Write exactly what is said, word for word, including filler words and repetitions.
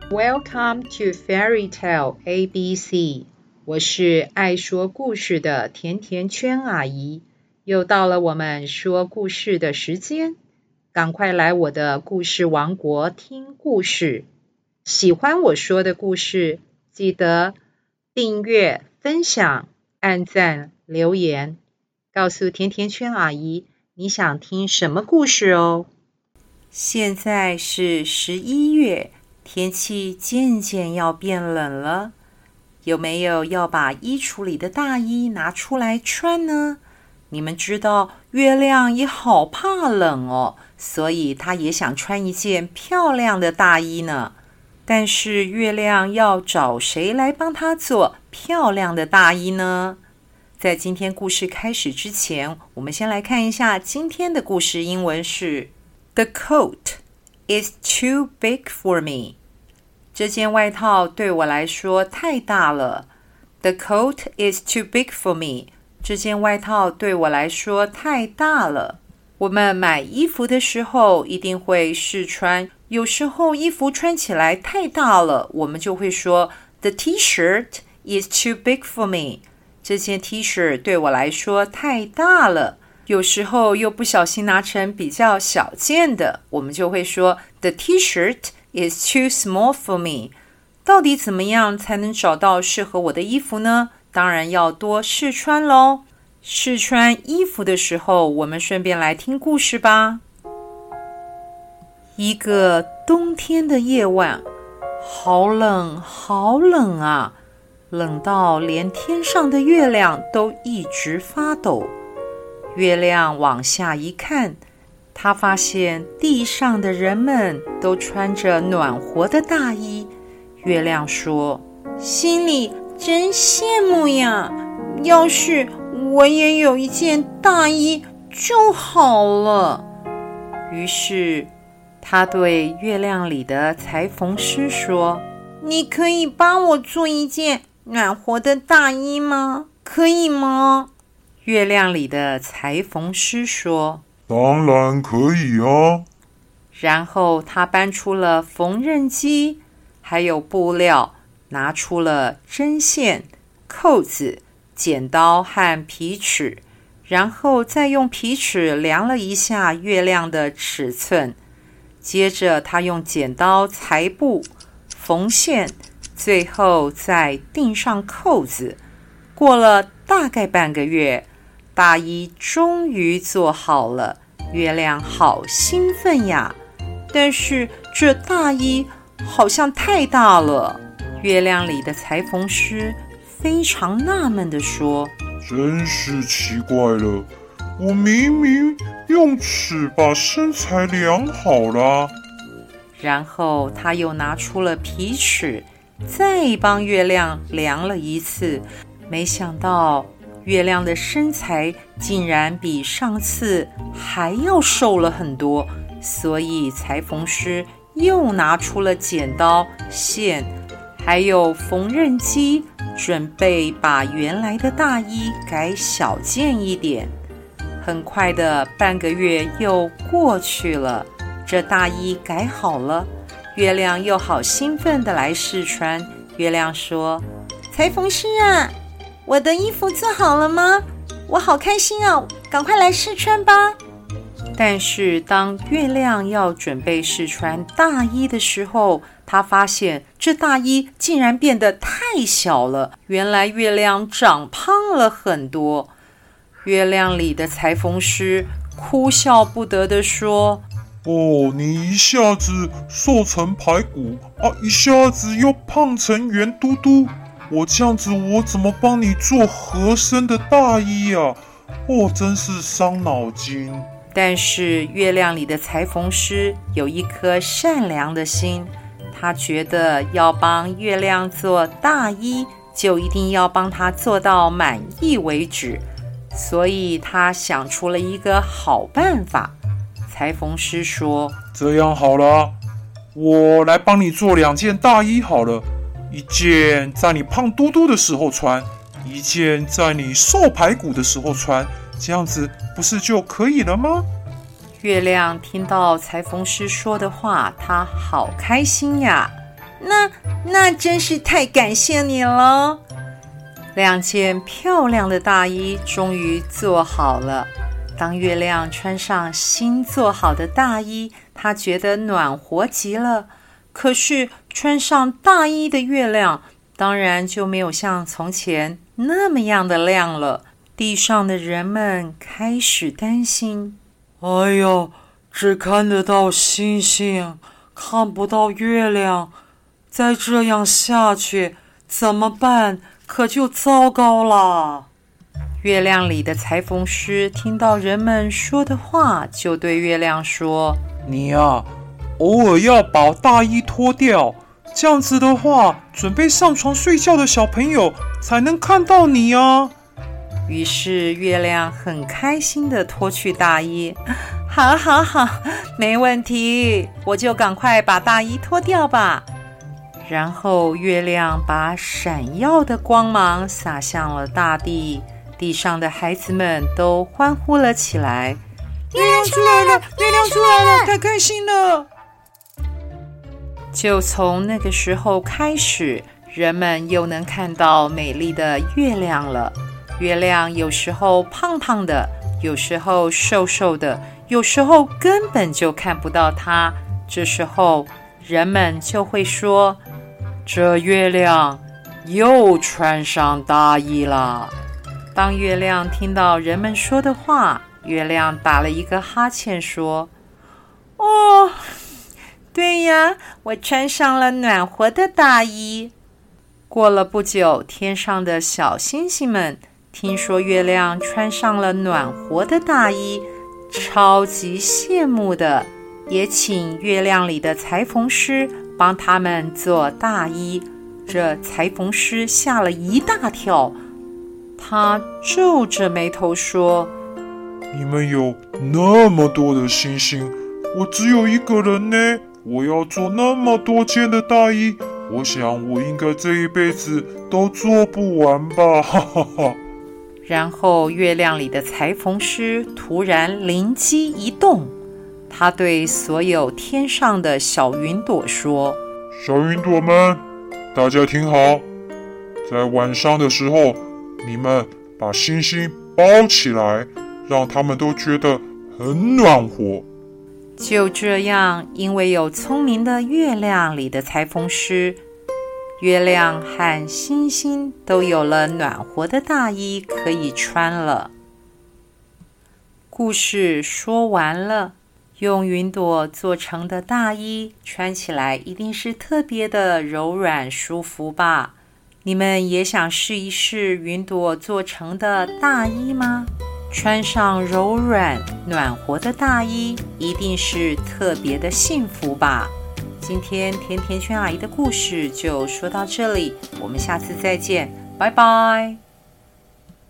Welcome to Fairy Tale A B C， 我是爱说故事的甜甜圈阿姨，又到了我们说故事的时间，赶快来我的故事王国听故事。喜欢我说的故事，记得订阅、分享、按赞、留言，告诉甜甜圈阿姨你想听什么故事哦。现在是十一月，天气渐渐要变冷了，有没有要把衣橱里的大衣拿出来穿呢？你们知道月亮也好怕冷哦，所以它也想穿一件漂亮的大衣呢。但是月亮要找谁来帮它做漂亮的大衣呢？在今天故事开始之前，我们先来看一下今天的故事英文是 The coat is too big for me。这件外套对我来说太大了。The coat is too big for me。这件外套对我来说太大了。我们买衣服的时候一定会试穿，有时候衣服穿起来太大了，我们就会说 The t-shirt is too big for me。这件 T 恤对我来说太大了。有时候又不小心拿成比较小件的，我们就会说 The T-shirt is too small for me。 到底怎么样才能找到适合我的衣服呢？当然要多试穿咯。试穿衣服的时候，我们顺便来听故事吧。一个冬天的夜晚，好冷好冷啊，冷到连天上的月亮都一直发抖。月亮往下一看，他发现地上的人们都穿着暖和的大衣。月亮说，心里真羡慕呀，要是我也有一件大衣就好了。于是他对月亮里的裁缝师说，你可以帮我做一件暖和的大衣吗？可以吗？月亮里的裁缝师说， 当然可以啊。 然后他搬出了缝纫机，还有布料，拿出了针线、扣子、剪刀和皮尺，然后再用皮尺量了一下月亮的尺寸。接着他用剪刀裁布、缝线，最后再钉上扣子。过了大概半个月，大衣终于做好了。月亮好兴奋呀，但是这大衣好像太大了。月亮里的裁缝师非常纳闷地说， 真是奇怪了，我明明用尺把身材量好了。 然后他又拿出了皮尺，再帮月亮量了一次。没想到月亮的身材竟然比上次还要瘦了很多，所以裁缝师又拿出了剪刀、线，还有缝纫机，准备把原来的大衣改小件一点。很快的半个月又过去了，这大衣改好了，月亮又好兴奋的来试穿。月亮说，裁缝师啊，我的衣服做好了吗？我好开心啊，赶快来试穿吧。但是当月亮要准备试穿大衣的时候，他发现这大衣竟然变得太小了，原来月亮长胖了很多。月亮里的裁缝师哭笑不得地说， 哦，你一下子瘦成排骨啊，一下子又胖成圆嘟嘟，我这样子我怎么帮你做合身的大衣啊？哦，真是伤脑筋。 但是月亮里的裁缝师有一颗善良的心，他觉得要帮月亮做大衣，就一定要帮他做到满意为止，所以他想出了一个好办法。裁缝师说， 这样好了，我来帮你做两件大衣好了，一件在你胖嘟嘟的时候穿，一件在你瘦排骨的时候穿，这样子不是就可以了吗？ 月亮听到裁缝师说的话，他好开心呀。 那那真是太感谢你了。两件漂亮的大衣终于做好了。当月亮穿上新做好的大衣，他觉得暖和极了。可是穿上大衣的月亮当然就没有像从前那么样的亮了。地上的人们开始担心， 哎呀，只看得到星星，看不到月亮，再这样下去怎么办？可就糟糕了。 月亮里的裁缝师听到人们说的话，就对月亮说， 你呀，偶尔要把大衣脱掉，这样子的话，准备上床睡觉的小朋友才能看到你啊。 于是月亮很开心地脱去大衣，好好好，没问题，我就赶快把大衣脱掉吧。然后月亮把闪耀的光芒洒向了大地，地上的孩子们都欢呼了起来。 月亮出来了，月亮出来了，太开心了。 就从那个时候开始，人们又能看到美丽的月亮了。月亮有时候胖胖的，有时候瘦瘦的，有时候根本就看不到它。这时候人们就会说， 这月亮又穿上大衣了。 当月亮听到人们说的话，月亮打了一个哈欠说，哦，对呀，我穿上了暖和的大衣。过了不久，天上的小星星们听说月亮穿上了暖和的大衣，超级羡慕的，也请月亮里的裁缝师帮他们做大衣。这裁缝师吓了一大跳，他皱着眉头说， 你们有那么多的星星，我只有一个人呢，我要做那么多件的大衣，我想我应该这一辈子都做不完吧，哈哈哈。 然后月亮里的裁缝师突然灵机一动，他对所有天上的小云朵说， 小云朵们，大家听好，在晚上的时候，你们把星星包起来，让他们都觉得很暖和。 就这样，因为有聪明的月亮里的裁缝师，月亮和星星都有了暖和的大衣可以穿了。故事说完了，用云朵做成的大衣穿起来一定是特别的柔软舒服吧？你们也想试一试云朵做成的大衣吗？穿上柔软暖和的大衣，一定是特别的幸福吧？今天甜甜圈阿姨的故事就说到这里，我们下次再见，拜拜。